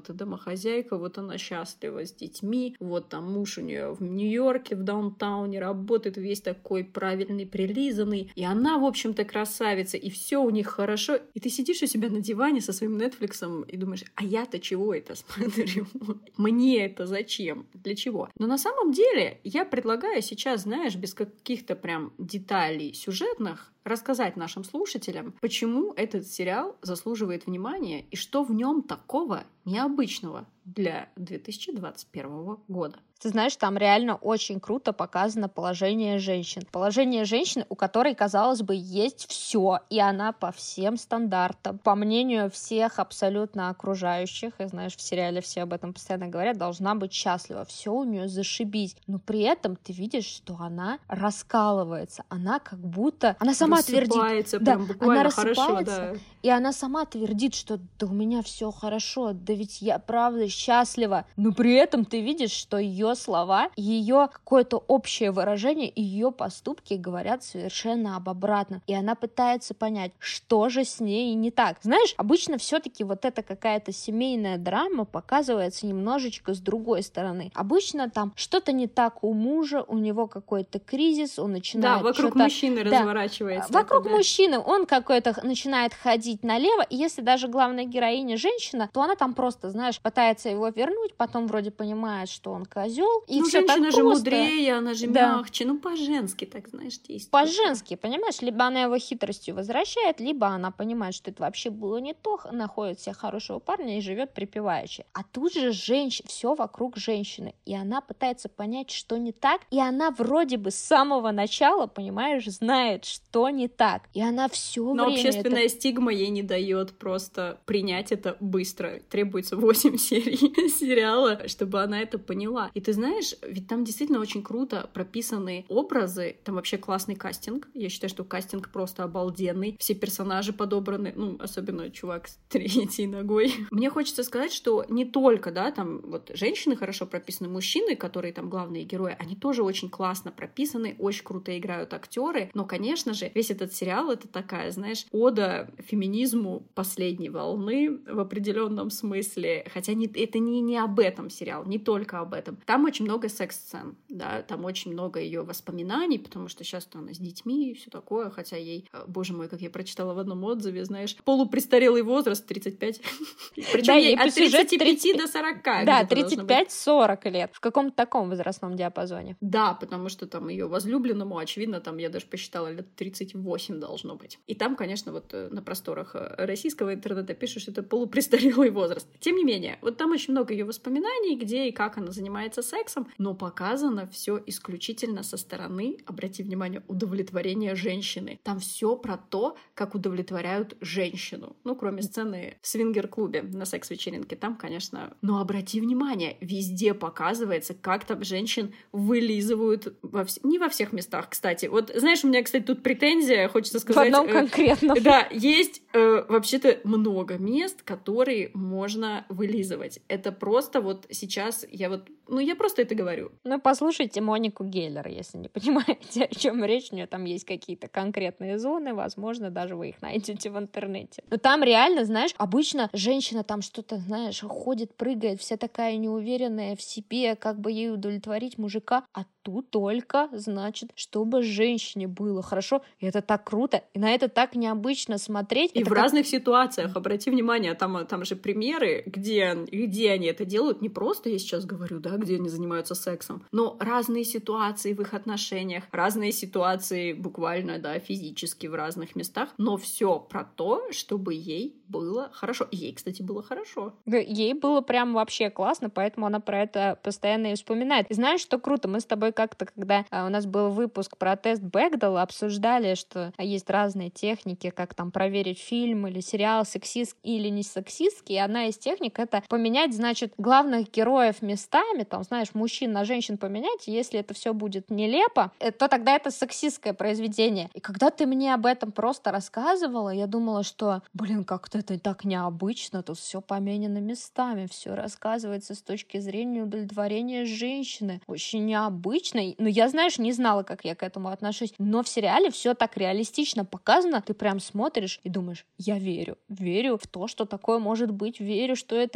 домохозяйка, вот она счастлива с детьми, вот там муж у нее в Нью-Йорке, в даунтауне работает, весь такой правильный, прилизанный, и она, в общем-то, красавица, и все у них хорошо, и ты сидишь у себя на диване со своим Нетфликсом и думаешь, а я-то чего это смотрю? Мне это зачем? Для чего? Но на самом деле я предлагаю сейчас, знаешь, без каких-то прям деталей сюжетных, рассказать нашим слушателям, почему этот сериал заслуживает внимания и что в нем такого необычного для две тысячи двадцать первого года. Ты знаешь, там реально очень круто показано положение женщин. Положение женщины, у которой, казалось бы, есть все, и она по всем стандартам, по мнению всех абсолютно окружающих, и знаешь, в сериале все об этом постоянно говорят, должна быть счастлива, все у нее зашибись. Но при этом ты видишь, что она раскалывается, она как будто... Она сама твердит... Прям да, буквально она хорошо, рассыпается, да. И она сама твердит, что да у меня все хорошо, да ведь я правда счастлива. Но при этом ты видишь, что ее слова, ее какое-то общее выражение, ее поступки говорят совершенно об обратном. И она пытается понять, что же с ней не так. Знаешь, обычно все-таки вот эта какая-то семейная драма показывается немножечко с другой стороны. Обычно там что-то не так у мужа, у него какой-то кризис, он начинает Да, вокруг что-то... мужчины да, разворачивается. Вокруг это, да. мужчины он какой-то начинает ходить налево, и если даже главная героиня женщина, то она там просто, знаешь, пытается его вернуть, потом вроде понимает, что он козел, и ну, все так женщина же просто. мудрее, она же Да. мягче, ну, по-женски так, знаешь, действует. По-женски, понимаешь, либо она его хитростью возвращает, либо она понимает, что это вообще было не то, находит себе хорошего парня и живет припеваючи. А тут же женщина, все вокруг женщины, и она пытается понять, что не так, и она вроде бы с самого начала, понимаешь, знает, что не так, и она все Но время общественная это... стигма ей не дает просто принять это быстро. Требуется восемь серий сериала, чтобы она это поняла. И ты знаешь, ведь там действительно очень круто прописаны образы, там вообще классный кастинг. Я считаю, что кастинг просто обалденный. Все персонажи подобраны, ну, особенно чувак с третьей ногой. Мне хочется сказать, что не только, да, там вот женщины хорошо прописаны, мужчины, которые там главные герои, они тоже очень классно прописаны, очень круто играют актеры. Но, конечно же, весь этот сериал — это такая, знаешь, ода феминизму последней волны в определенном смысле. Хотя не, это не, не об этом сериал, не только об этом. Там очень много секс-сцен, да, там очень много ее воспоминаний, потому что сейчас-то она с детьми и все такое, хотя ей, боже мой, как я прочитала в одном отзыве, знаешь, полупрестарелый возраст тридцать пять. Причем ей от тридцати пяти до сорока. Да, тридцать пять сорок лет, в каком-то таком возрастном диапазоне. Да, потому что там ее возлюбленному, очевидно, там, я даже посчитала, лет тридцать восемь должно быть. И там, конечно, вот на просторах российского интернета пишут, что это полупрестарелый возраст. Тем не менее, вот там очень много ее воспоминаний, где и как она занимается сексом, но показано все исключительно со стороны, обрати внимание, удовлетворения женщины. Там все про то, как удовлетворяют женщину. Ну, кроме сцены в свингер-клубе на секс-вечеринке. Там, конечно... Но обрати внимание, везде показывается, как там женщин вылизывают во вс... не во всех местах, кстати. Вот, знаешь, у меня, кстати, тут претензия, хочется сказать... В одном конкретном. Э, да, есть э, вообще-то много мест, которые можно вылизывать. Это просто вот сейчас я вот... Ну, я просто это говорю. Ну, послушайте Монику Геллер, если не понимаете, о чем речь. У нее там есть какие-то конкретные зоны, возможно, даже вы их найдете в интернете. Но там реально, знаешь, обычно женщина там что-то, знаешь, ходит, прыгает, вся такая неуверенная в себе, как бы ей удовлетворить мужика, а тут только, значит, чтобы женщине было хорошо, и это так круто, и на это так необычно смотреть. И это в как... разных ситуациях, обрати внимание, там, там же примеры, где, где они это делают, не просто, я сейчас говорю, да, где они занимаются сексом, но разные ситуации в их отношениях, разные ситуации буквально, да, физически в разных местах, но все про то, чтобы ей было хорошо. И ей, кстати, было хорошо. Ей было прям вообще классно, поэтому она про это постоянно и вспоминает. И знаешь, что круто? Мы с тобой как-то, когда у нас был выпуск про тест Бекдала, обсуждали, что есть разные техники, как там проверить фильм или сериал, сексистский или не сексистский. И одна из техник — это поменять, значит, главных героев местами, там, знаешь, мужчин на женщин поменять. Если это все будет нелепо, то тогда это сексистское произведение. И когда ты мне об этом просто рассказывала, я думала, что, блин, как-то это так необычно, тут все поменяно местами, все рассказывается с точки зрения удовлетворения женщины. Очень необычно. Но я, знаешь, не знала, как я к этому отношусь. Но в сериале все так реалистично показано. Ты прям смотришь и думаешь, я верю. Верю в то, что такое может быть. Верю, что это проблема.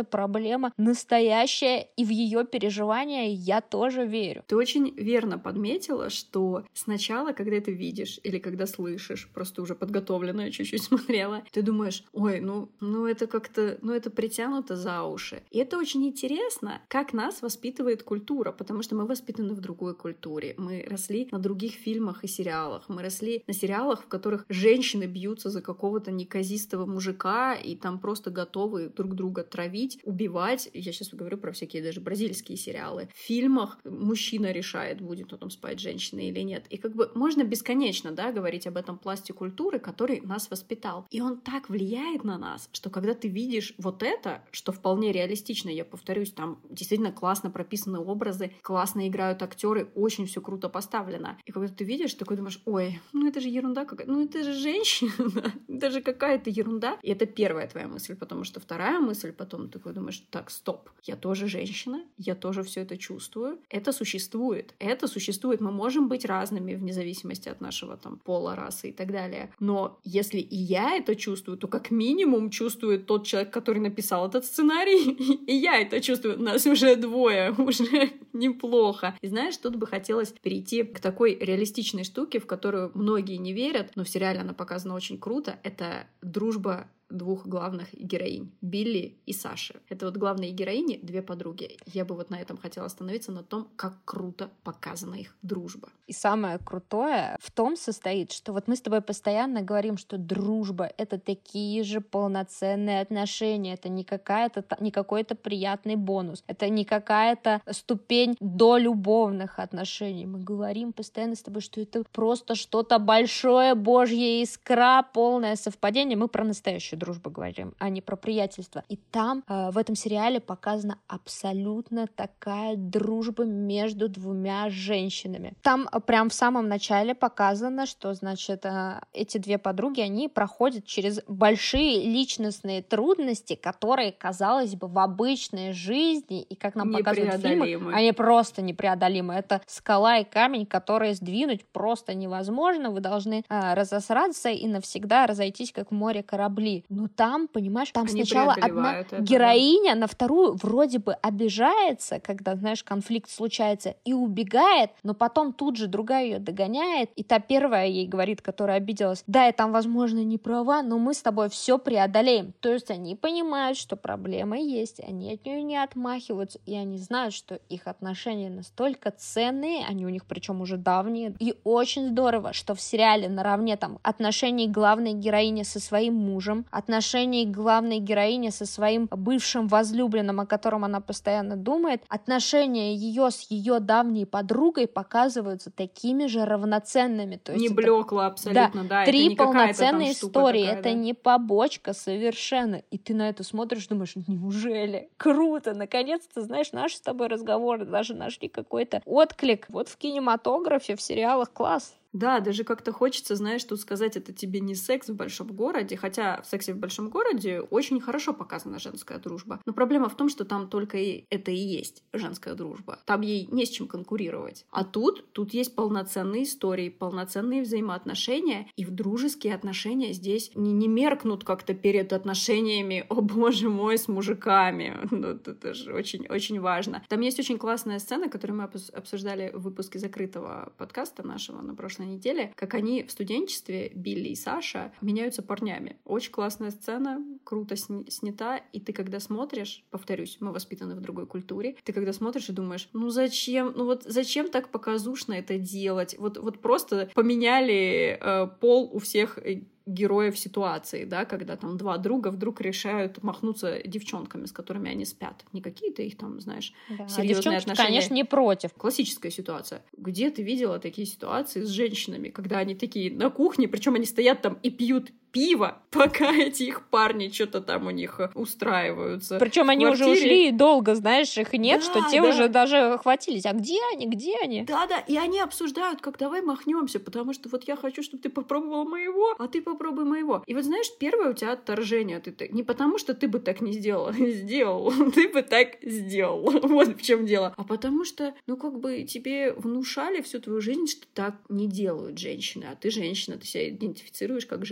проблема настоящая, и в ее переживания я тоже верю. Ты очень верно подметила, что сначала, когда ты видишь или когда слышишь, просто уже подготовленную чуть-чуть смотрела, ты думаешь, ой, ну, ну это как-то, ну это притянуто за уши. И это очень интересно, как нас воспитывает культура, потому что мы воспитаны в другой культуре. Мы росли на других фильмах и сериалах. Мы росли на сериалах, в которых женщины бьются за какого-то неказистого мужика и там просто готовы друг друга травить, убивать. Я сейчас говорю про всякие даже бразильские сериалы. В фильмах мужчина решает, будет он там спать с женщиной или нет. И как бы можно бесконечно, да, говорить об этом пласте культуры, который нас воспитал. И он так влияет на нас, что когда ты видишь вот это, что вполне реалистично, я повторюсь, там действительно классно прописаны образы, классно играют актеры, очень все круто поставлено. И когда ты видишь, такой думаешь, ой, ну это же ерунда какая-то, ну это же женщина, это же какая-то ерунда. И это первая твоя мысль, потому что вторая мысль, потом ты такой думаешь, так, стоп, я тоже женщина, я тоже все это чувствую, это существует, это существует, мы можем быть разными вне зависимости от нашего там пола, расы и так далее. Но если и я это чувствую, то как минимум чувствует тот человек, который написал этот сценарий, и я это чувствую. Нас уже двое, уже неплохо. И знаешь, тут бы хотелось перейти к такой реалистичной штуке, в которую многие не верят, но в сериале она показана очень круто. Это дружба двух главных героинь — Билли и Саши. Это вот главные героини, две подруги. Я бы вот на этом хотела остановиться, на том, как круто показана их дружба. И самое крутое в том состоит, что вот мы с тобой постоянно говорим, что дружба — это такие же полноценные отношения, это не какая-то, не какой-то приятный бонус, это не какая-то ступень до любовных отношений. Мы говорим постоянно с тобой, что это просто что-то большое, божья искра, полное совпадение. Мы про настоящую дружбу говорим, а не про приятельство. И там э, в этом сериале показана абсолютно такая дружба между двумя женщинами. Там э, прям в самом начале показано, что, значит, э, эти две подруги, они проходят через большие личностные трудности, которые, казалось бы, в обычной жизни, и как нам показывают фильмы, они просто непреодолимы. Это скала и камень, которые сдвинуть просто невозможно. Вы должны э, разосраться и навсегда разойтись, как в море корабли. Но там, понимаешь, там Они сначала одна это, героиня, да. на вторую вроде бы обижается, когда, знаешь, конфликт случается, и убегает, но потом тут же другая ее догоняет, и та первая ей говорит, которая обиделась, да, я там, возможно, не права, но мы с тобой все преодолеем. То есть они понимают, что проблема есть, они от нее не отмахиваются, и они знают, что их отношения настолько ценные, они у них причем уже давние, и очень здорово, что в сериале наравне там отношений главной героини со своим мужем, отношений главной героини со своим бывшим возлюбленным, о котором она постоянно думает, отношения ее с ее давней подругой показываются такими же равноценными. То есть не это, блекло абсолютно, да. да три это не полноценные истории, такая, это да? не побочка совершенно. И ты на это смотришь, думаешь, неужели? Круто! Наконец-то, знаешь, наши с тобой разговоры даже нашли какой-то отклик. Вот в кинематографе, в сериалах класс. Да, даже как-то хочется, знаешь, тут сказать, это тебе не секс в большом городе, хотя в «Сексе в большом городе» очень хорошо показана женская дружба. Но проблема в том, что там только и это и есть женская дружба. Там ей не с чем конкурировать. А тут, тут есть полноценные истории, полноценные взаимоотношения, и в дружеские отношения здесь не, не меркнут как-то перед отношениями, о боже мой, с мужиками. Ну, это же очень-очень важно. Там есть очень классная сцена, которую мы обсуждали в выпуске закрытого подкаста нашего на прошлой неделе, как они в студенчестве, Билли и Саша, меняются парнями. Очень классная сцена, круто сни- снята, и ты когда смотришь, повторюсь, мы воспитаны в другой культуре, ты когда смотришь и думаешь, ну зачем, ну вот зачем так показушно это делать? Вот, вот просто поменяли э, пол у всех героев ситуации, да, когда там два друга вдруг решают махнуться девчонками, с которыми они спят. Не какие-то их там, знаешь, да, серьезные а отношения. Конечно, не против. Классическая ситуация. Где ты видела такие ситуации с женщинами, когда они такие на кухне, причем они стоят там и пьют пиво, пока эти их парни что-то там у них устраиваются. Причем они уже ушли и долго, знаешь, их нет, да, что те да. уже даже хватились. А где они, где они? Да-да, и они обсуждают, как давай махнемся, потому что вот я хочу, чтобы ты попробовала моего, а ты попробуй моего. И вот знаешь, первое у тебя отторжение. Ты, не потому что ты бы так не сделала, сделал, ты бы так сделал. Вот в чем дело. А потому что, ну как бы тебе внушали всю твою жизнь, что так не делают женщины, а ты женщина, ты себя идентифицируешь как женщину.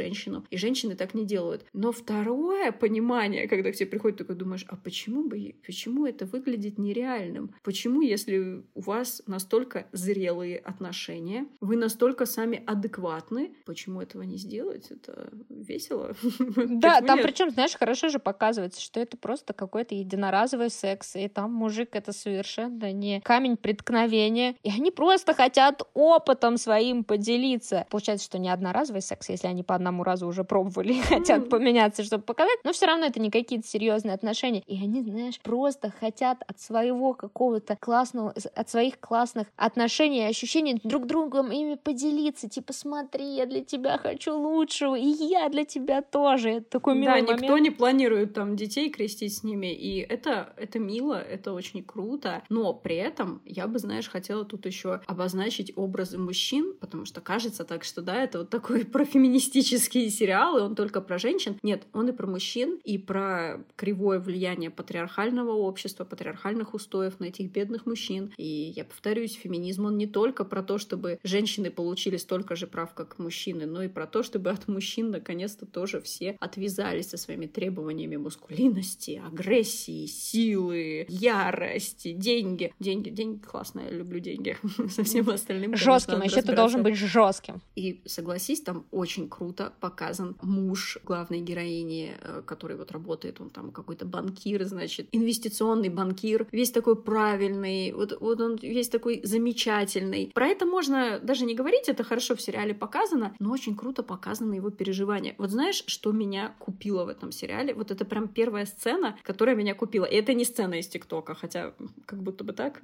И женщины так не делают. Но второе понимание, когда к тебе приходит, такой думаешь, а почему бы, почему это выглядит нереальным? Почему, если у вас настолько зрелые отношения, вы настолько сами адекватны, почему этого не сделать? Это весело. Да, там причем, знаешь, хорошо же показывается, что это просто какой-то единоразовый секс, и там мужик — это совершенно не камень преткновения, и они просто хотят опытом своим поделиться. Получается, что не одноразовый секс, если они по одному разу уже пробовали и хотят поменяться, чтобы показать, но все равно это не какие-то серьезные отношения. И они, знаешь, просто хотят от своего какого-то классного, от своих классных отношений и ощущений друг другом ими поделиться. Типа, смотри, я для тебя хочу лучшего, и я для тебя тоже. Это такой милый момент. Да, никто не планирует там детей крестить с ними, и это, это мило, это очень круто, но при этом я бы, знаешь, хотела тут еще обозначить образы мужчин, потому что кажется так, что да, это вот такой профеминистический сериал, и он только про женщин. Нет, он и про мужчин, и про кривое влияние патриархального общества, патриархальных устоев на этих бедных мужчин. И я повторюсь, феминизм, он не только про то, чтобы женщины получили столько же прав, как мужчины, но и про то, чтобы от мужчин наконец-то тоже все отвязались со своими требованиями мускулинности, агрессии, силы, ярости, деньги. Деньги, деньги классно, я люблю деньги. Со всем остальным, жестким, а еще ты должен быть жестким. И согласись, там очень круто показан муж главной героини, который вот работает, он там какой-то банкир, значит, инвестиционный банкир, весь такой правильный, вот, вот он весь такой замечательный. Про это можно даже не говорить, это хорошо в сериале показано, но очень круто показаны его переживания. Вот знаешь, что меня купило в этом сериале? Вот это прям первая сцена, которая меня купила. И это не сцена из ТикТока, хотя как будто бы так.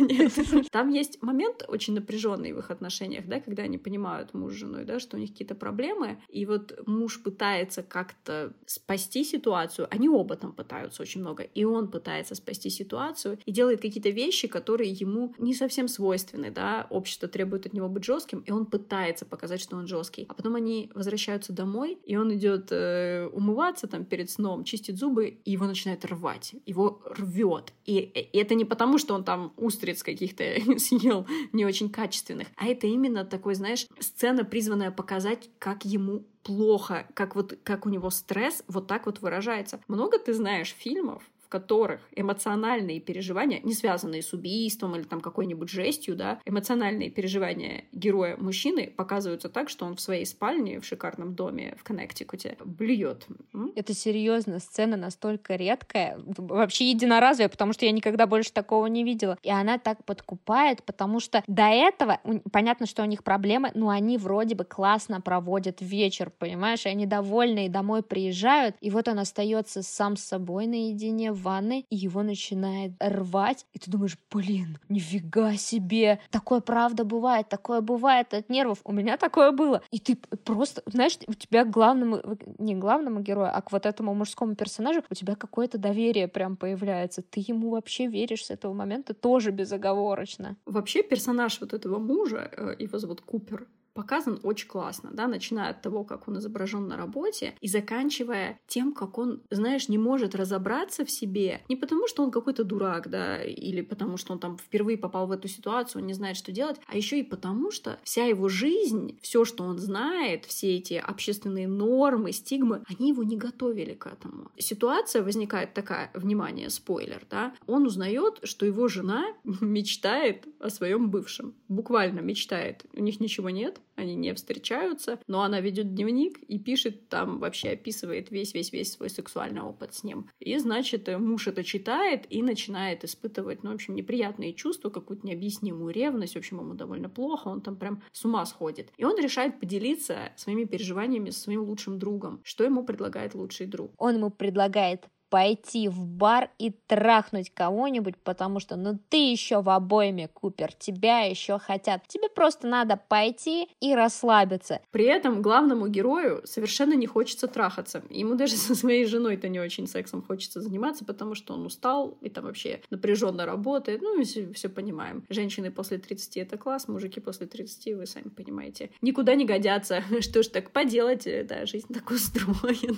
Там есть момент очень напряженный в их отношениях, да, когда они понимают, муж с женой, да, что у них какие-то проблемы, и вот муж пытается как-то спасти ситуацию, они оба там пытаются очень много, и он пытается спасти ситуацию и делает какие-то вещи, которые ему не совсем свойственны, да, общество требует от него быть жестким, и он пытается показать, что он жесткий. А потом они возвращаются домой, и он идет э, умываться там перед сном, чистит зубы, и его начинает рвать, его рвет. И, и это не потому, что он там устриц каких-то съел не очень качественных, а это именно такой, знаешь, сцена, призванная показать, как ему плохо, как вот как у него стресс вот так вот выражается. Много ты знаешь фильмов, в которых эмоциональные переживания, не связанные с убийством или там какой-нибудь жестью, да, эмоциональные переживания героя мужчины показываются так, что он в своей спальне в шикарном доме в Коннектикуте блюет. Это серьезно, сцена настолько редкая, вообще единоразовая, потому что я никогда больше такого не видела. И она так подкупает, потому что до этого, понятно, что у них проблемы, но они вроде бы классно проводят вечер, понимаешь, и они довольны, и домой приезжают, и вот он остается сам с собой наедине в ванной, и его начинает рвать, и ты думаешь, блин, нифига себе, такое правда бывает, такое бывает от нервов, у меня такое было, и ты просто, знаешь, у тебя к главному, не главному герою, а к вот этому мужскому персонажу, у тебя какое-то доверие прям появляется, ты ему вообще веришь с этого момента тоже безоговорочно. Вообще персонаж вот этого мужа, его зовут Купер, показан очень классно, да, начиная от того, как он изображен на работе, и заканчивая тем, как он, знаешь, не может разобраться в себе, не потому, что он какой-то дурак, да, или потому, что он там впервые попал в эту ситуацию, он не знает, что делать, а еще и потому, что вся его жизнь, все, что он знает, все эти общественные нормы, стигмы, они его не готовили к этому. Ситуация возникает такая, внимание, спойлер, да, он узнает, что его жена мечтает о своем бывшем, буквально мечтает, у них ничего нет, они не встречаются, но она ведет дневник и пишет там, вообще описывает весь-весь-весь свой сексуальный опыт с ним. И, значит, муж это читает и начинает испытывать, ну, в общем, неприятные чувства, какую-то необъяснимую ревность, в общем, ему довольно плохо, он там прям с ума сходит. И он решает поделиться своими переживаниями со своим лучшим другом. Что ему предлагает лучший друг? Он ему предлагает пойти в бар и трахнуть кого-нибудь, потому что, ну, ты еще в обойме, Купер, тебя еще хотят. Тебе просто надо пойти и расслабиться. При этом главному герою совершенно не хочется трахаться. Ему даже со своей женой-то не очень сексом хочется заниматься, потому что он устал и там вообще напряженно работает. Ну, мы все, все понимаем. Женщины после тридцати — это класс, мужики после тридцати, вы сами понимаете, никуда не годятся. Что ж так поделать, да, жизнь так устроена.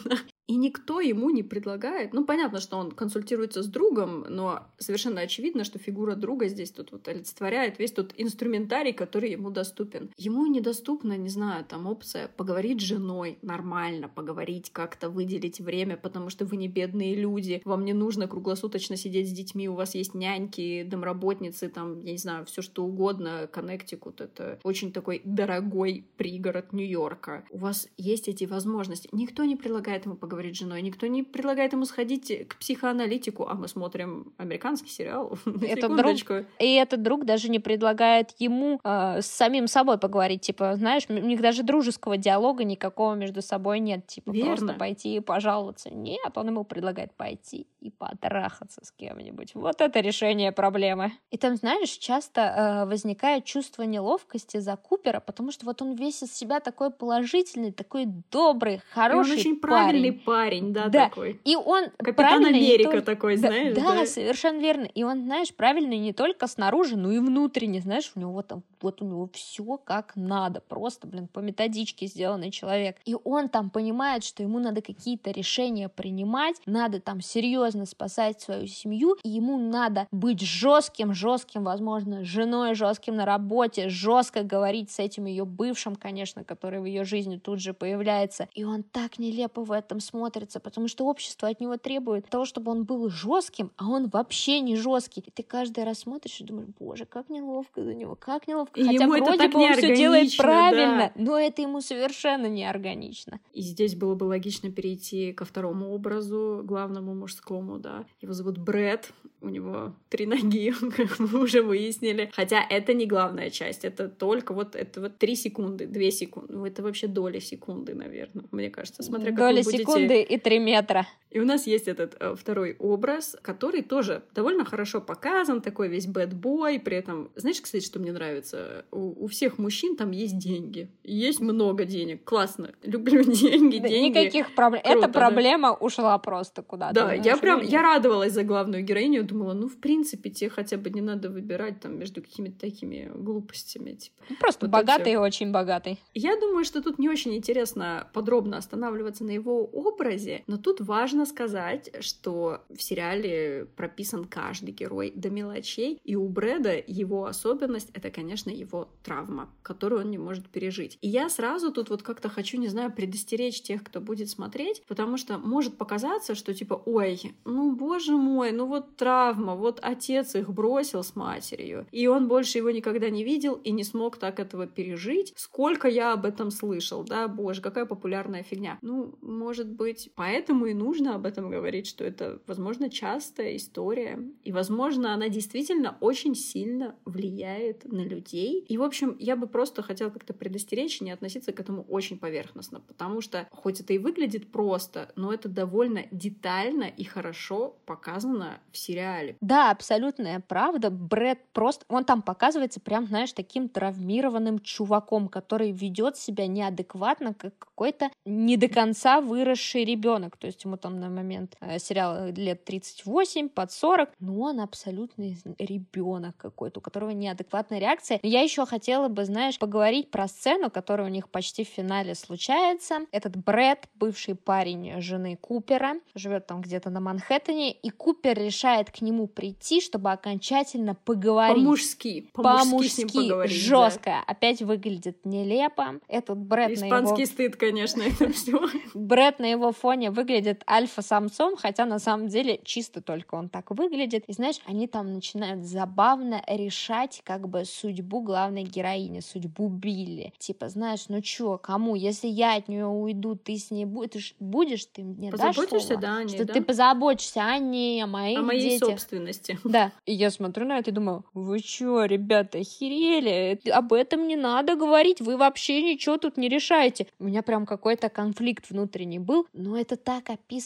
И никто ему не предлагает. Ну, понятно, что он консультируется с другом, но совершенно очевидно, что фигура друга здесь тут вот олицетворяет весь тот инструментарий, который ему доступен. Ему недоступна, не знаю, там опция поговорить с женой нормально, поговорить как-то, выделить время, потому что вы не бедные люди, вам не нужно круглосуточно сидеть с детьми, у вас есть няньки, домработницы, там, я не знаю, все что угодно. Коннектикут — это очень такой дорогой пригород Нью-Йорка. У вас есть эти возможности. Никто не предлагает ему поговорить говорить с женой. Никто не предлагает ему сходить к психоаналитику, а мы смотрим американский сериал. Этот друг, и этот друг даже не предлагает ему э, с самим собой поговорить. Типа, знаешь, у них даже дружеского диалога никакого между собой нет. Типа, Верно. Просто пойти и пожаловаться. Нет, он ему предлагает пойти и потрахаться с кем-нибудь. Вот это решение проблемы. И там, знаешь, часто э, возникает чувство неловкости за Купера, потому что вот он весь из себя такой положительный, такой добрый, хороший и он очень парень. правильный парень, да, да. такой. И он Капитан Америка только... такой, да, знаешь, да, да? совершенно верно. И он, знаешь, правильный не только снаружи, но и внутренне, знаешь, у него там, вот у него все как надо, просто, блин, по методичке сделанный человек. И он там понимает, что ему надо какие-то решения принимать, надо там серьезно спасать свою семью, и ему надо быть жестким, жестким, возможно, с женой, жестким на работе, жестко говорить с этим ее бывшим, конечно, который в ее жизни тут же появляется. И он так нелепо в этом смотрится, потому что общество от него требует того, чтобы он был жестким, а он вообще не жесткий. И ты каждый раз смотришь и думаешь, боже, как неловко за него, как неловко. И Хотя ему это вроде так бы он все делает правильно, да. но это ему совершенно не органично. И здесь было бы логично перейти ко второму образу, главному мужскому, да. Его зовут Брэд, у него три ноги, как мы уже выяснили. Хотя это не главная часть, это только вот, это вот три секунды, две секунды. Ну, это вообще доля секунды, наверное, мне кажется. Смотря как доля вы будете... секунды и три метра. И у нас есть этот э, второй образ, который тоже довольно хорошо показан, такой весь бэд-бой, при этом... Знаешь, кстати, что мне нравится? У, у всех мужчин там есть деньги. Есть много денег. Классно. Люблю деньги, да, деньги. Никаких проблем. Эта проблема да? ушла просто куда-то. Да, я прям... Я радовалась за главную героиню. Думала, ну, в принципе, тебе хотя бы не надо выбирать там между какими-то такими глупостями. Типа. Ну, просто вот богатый и очень богатый. Я думаю, что тут не очень интересно подробно останавливаться на его образе, но тут важно сказать, что в сериале прописан каждый герой до мелочей, и у Брэда его особенность — это, конечно, его травма, которую он не может пережить. И я сразу тут вот как-то хочу, не знаю, предостеречь тех, кто будет смотреть, потому что может показаться, что типа, ой, ну, боже мой, ну вот травма, вот отец их бросил с матерью, и он больше его никогда не видел и не смог так этого пережить. Сколько я об этом слышал, да, боже, какая популярная фигня. Ну, может быть, поэтому и нужно об этом говорить, что это, возможно, частая история, и, возможно, она действительно очень сильно влияет на людей. И, в общем, я бы просто хотела как-то предостеречь и не относиться к этому очень поверхностно, потому что, хоть это и выглядит просто, но это довольно детально и хорошо показано в сериале. Да, абсолютная правда. Брэд просто... Он там показывается прям, знаешь, таким травмированным чуваком, который ведет себя неадекватно, как какой-то не до конца выросший ребенок. То есть ему там на момент э, сериала лет тридцать восемь, под сорок, но он абсолютный ребенок какой-то, у которого неадекватная реакция. Но я еще хотела бы, знаешь, поговорить про сцену, которая у них почти в финале случается. Этот Брэд, бывший парень жены Купера, живет там где-то на Манхэттене, и Купер решает к нему прийти, чтобы окончательно поговорить. По-мужски. По-мужски, по-мужски с ним поговорить. Жестко. Да. Опять выглядит нелепо. Этот Брэд на его... Испанский стыд, конечно, это все. Брэд на его фоне выглядит альфа-самцом, хотя на самом деле чисто только он так выглядит. И знаешь, они там начинают забавно решать как бы судьбу главной героини, судьбу Билли. Типа, знаешь, ну чё, кому? Если я от нее уйду, ты с ней будешь, будешь ты мне дашь слово? Да, о ней, что да? ты позаботишься о ней, о моих детях. О моей детях. собственности. Да. И я смотрю на это и думаю, вы чё, ребята, охерели? Об этом не надо говорить, вы вообще ничего тут не решаете. У меня прям какой-то конфликт внутренний был, но это так описано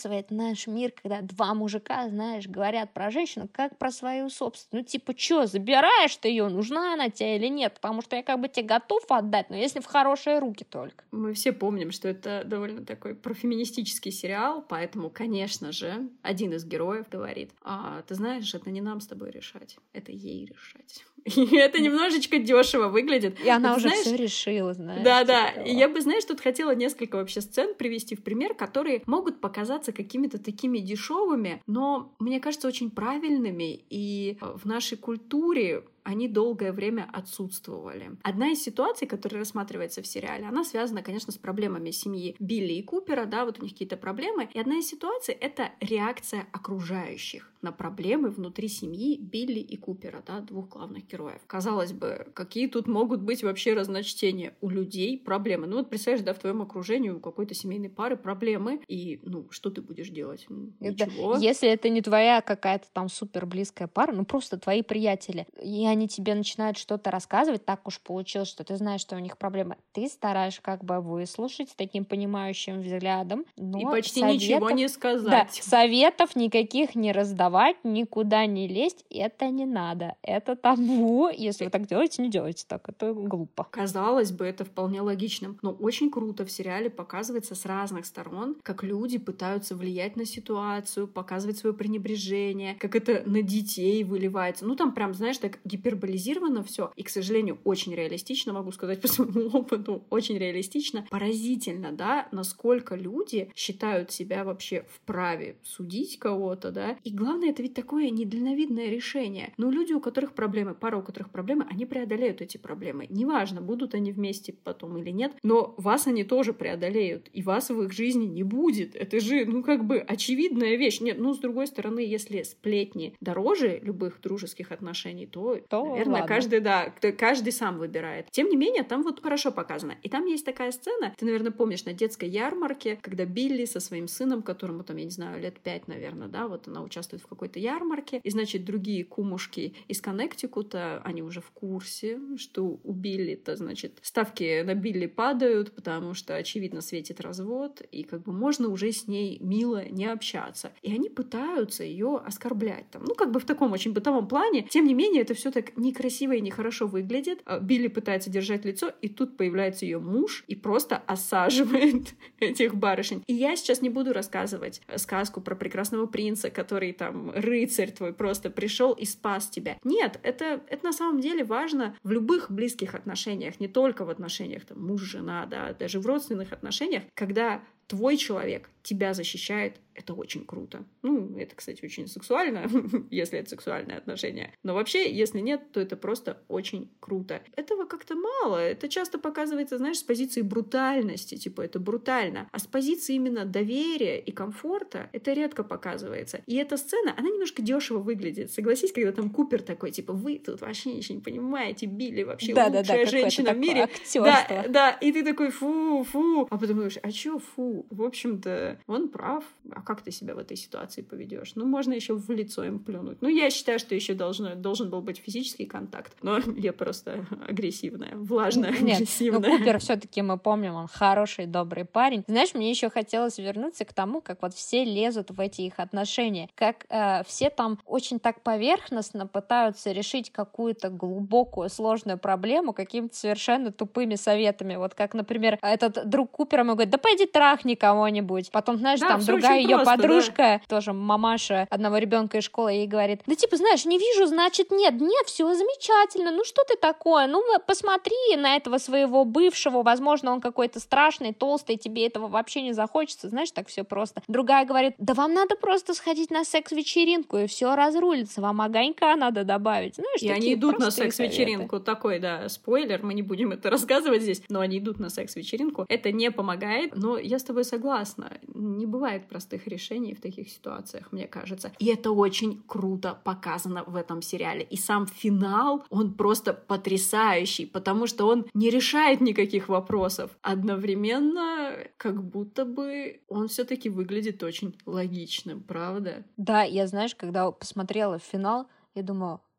описывает наш мир, когда два мужика, знаешь, говорят про женщину как про свою собственную. Ну, типа, что, забираешь ты ее, нужна она тебе или нет? Потому что я как бы тебе готов отдать, но если в хорошие руки только. Мы все помним, что это довольно такой профеминистический сериал, поэтому, конечно же, один из героев говорит: а, ты знаешь, это не нам с тобой решать, это ей решать. И это немножечко дешево выглядит. И она Ты уже знаешь, все решила, знаешь. Да-да, типа и я бы, знаешь, тут хотела несколько вообще сцен привести в пример, которые могут показаться какими-то такими дешевыми, но, мне кажется, очень правильными, и в нашей культуре они долгое время отсутствовали. Одна из ситуаций, которая рассматривается в сериале, она связана, конечно, с проблемами семьи Билли и Купера, да, вот у них какие-то проблемы, и одна из ситуаций — это реакция окружающих на проблемы внутри семьи Билли и Купера, да, двух главных героев. Казалось бы, какие тут могут быть вообще разночтения? У людей проблемы. Ну вот представляешь, да, в твоем окружении у какой-то семейной пары проблемы, и, ну, что ты будешь делать? Ничего. Это, если это не твоя какая-то там супер близкая пара, ну просто твои приятели, и они тебе начинают что-то рассказывать, так уж получилось, что ты знаешь, что у них проблемы, ты стараешься как бы выслушать с таким понимающим взглядом, но и почти советов, ничего не сказать. Да, советов никаких не раздавать, никуда не лезть, это не надо, это табу, если вы так делаете, не делайте так, это глупо. Казалось бы, это вполне логично, но очень круто в сериале показывается с разных сторон, как люди пытаются влиять на ситуацию, показывать свое пренебрежение, как это на детей выливается. Ну, там прям, знаешь, так гиперболизировано все, и, к сожалению, очень реалистично, могу сказать по своему опыту, очень реалистично. Поразительно, да, насколько люди считают себя вообще вправе судить кого-то, да, и главное, это ведь такое недальновидное решение. Но люди, у которых проблемы, пара, у которых проблемы, они преодолеют эти проблемы. Неважно, будут они вместе потом или нет, но вас они тоже преодолеют, и вас в их жизни не будет. Это же, ну, как бы очевидная вещь. Нет, ну, с другой стороны, если сплетни дороже любых дружеских отношений, то, то наверное, ладно. каждый, да, каждый сам выбирает. Тем не менее, там вот хорошо показано. И там есть такая сцена, ты, наверное, помнишь, на детской ярмарке, когда Билли со своим сыном, которому там, я не знаю, лет пять, наверное, да, вот она участвует в какой-то ярмарке, и, значит, другие кумушки из Коннектикута, они уже в курсе, что у Билли-то, значит, ставки на Билли падают, потому что, очевидно, светит развод, и как бы можно уже с ней мило не общаться. И они пытаются ее оскорблять там. Ну, как бы в таком очень бытовом плане. Тем не менее, это все так некрасиво и нехорошо выглядит. Билли пытается держать лицо, и тут появляется ее муж и просто осаживает этих барышень. И я сейчас не буду рассказывать сказку про прекрасного принца, который там рыцарь твой просто пришел и спас тебя. Нет, это, это на самом деле важно в любых близких отношениях, не только в отношениях там, муж-жена, да, даже в родственных отношениях, когда твой человек тебя защищает, это очень круто. Ну, это, кстати, очень сексуально, если это сексуальные отношения. Но вообще, если нет, то это просто очень круто. Этого как-то мало. Это часто показывается, знаешь, с позиции брутальности, типа это брутально. А с позиции именно доверия и комфорта это редко показывается. И эта сцена, она немножко дешево выглядит. Согласись, когда там Купер такой, типа, вы тут вообще ничего не понимаете, Билли вообще да, лучшая да, да, женщина в мире. Да, да, и ты такой, фу, фу. А потом думаешь, а чё фу? В общем-то, он прав. А как ты себя в этой ситуации поведешь? Ну, можно еще в лицо им плюнуть. Ну, я считаю, что еще должно, должен был быть физический контакт. Но я просто агрессивная, влажная, Нет, агрессивная. Ну, Купер все-таки мы помним, он хороший, добрый парень. Знаешь, мне еще хотелось вернуться к тому, как вот все лезут в эти их отношения, как э, все там очень так поверхностно пытаются решить какую-то глубокую, сложную проблему какими-то совершенно тупыми советами. Вот как, например, этот друг Купера ему говорит, да пойди трахни кого-нибудь. Потом, знаешь, да, там другая ее просто, подружка, да. тоже мамаша одного ребенка из школы, ей говорит, да типа, знаешь, не вижу, значит нет, нет, все замечательно, ну что ты такое, ну посмотри на этого своего бывшего, возможно, он какой-то страшный, толстый, тебе этого вообще не захочется, знаешь, так все просто. Другая говорит, да вам надо просто сходить на секс-вечеринку, и все разрулится, вам огонька надо добавить. Знаешь, и они идут на секс-вечеринку, советы. Такой, да, спойлер, мы не будем это рассказывать здесь, но они идут на секс-вечеринку, это не помогает, но я с тобой согласна, не бывает простых решений в таких ситуациях, мне кажется, и это очень круто показано в этом сериале, и сам финал, он просто потрясающий, потому что он не решает никаких вопросов, одновременно как будто бы он все-таки выглядит очень логичным, правда? Да, я, знаешь, когда посмотрела финал, я думала,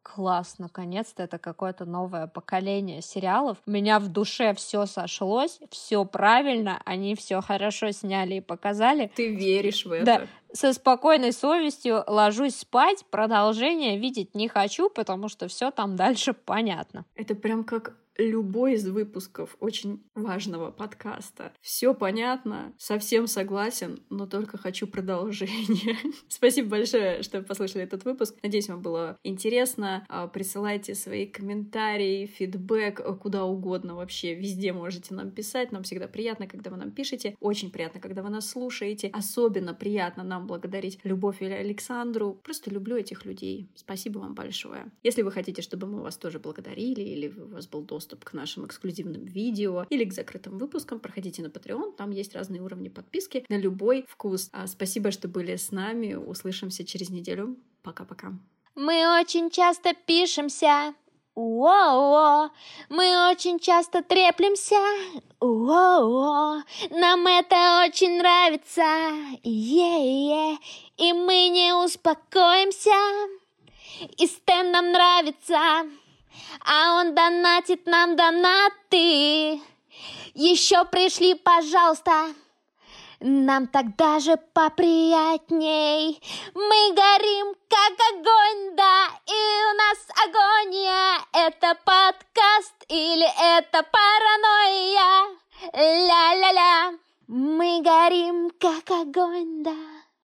класс, наконец-то это какое-то новое поколение сериалов. У меня в душе все сошлось, все правильно, они все хорошо сняли и показали. Ты веришь в это? Да, со спокойной совестью ложусь спать, продолжение видеть не хочу, потому что все там дальше понятно. Это прям как любой из выпусков очень важного подкаста. Все понятно, совсем согласен, но только хочу продолжения. Спасибо большое, что послушали этот выпуск. Надеюсь, вам было интересно. Присылайте свои комментарии, фидбэк, куда угодно вообще. Везде можете нам писать. Нам всегда приятно, когда вы нам пишете. Очень приятно, когда вы нас слушаете. Особенно приятно нам благодарить Любовь или Александру. Просто люблю этих людей. Спасибо вам большое. Если вы хотите, чтобы мы вас тоже благодарили, или у вас был доступ к нашим эксклюзивным видео или к закрытым выпускам, проходите на Patreon, там есть разные уровни подписки на любой вкус. А, спасибо, что были с нами, услышимся через неделю. Пока-пока. Мы очень часто пишемся, о-о-о. Мы очень часто треплемся, о-о-о. Нам это очень нравится, е-е. И мы не успокоимся, и Стэн нам нравится, а он донатит нам донаты. Еще пришли, пожалуйста, нам так даже поприятней. Мы горим, как огонь, да, и у нас агония. Это подкаст или это паранойя? Ля-ля-ля. Мы горим, как огонь, да.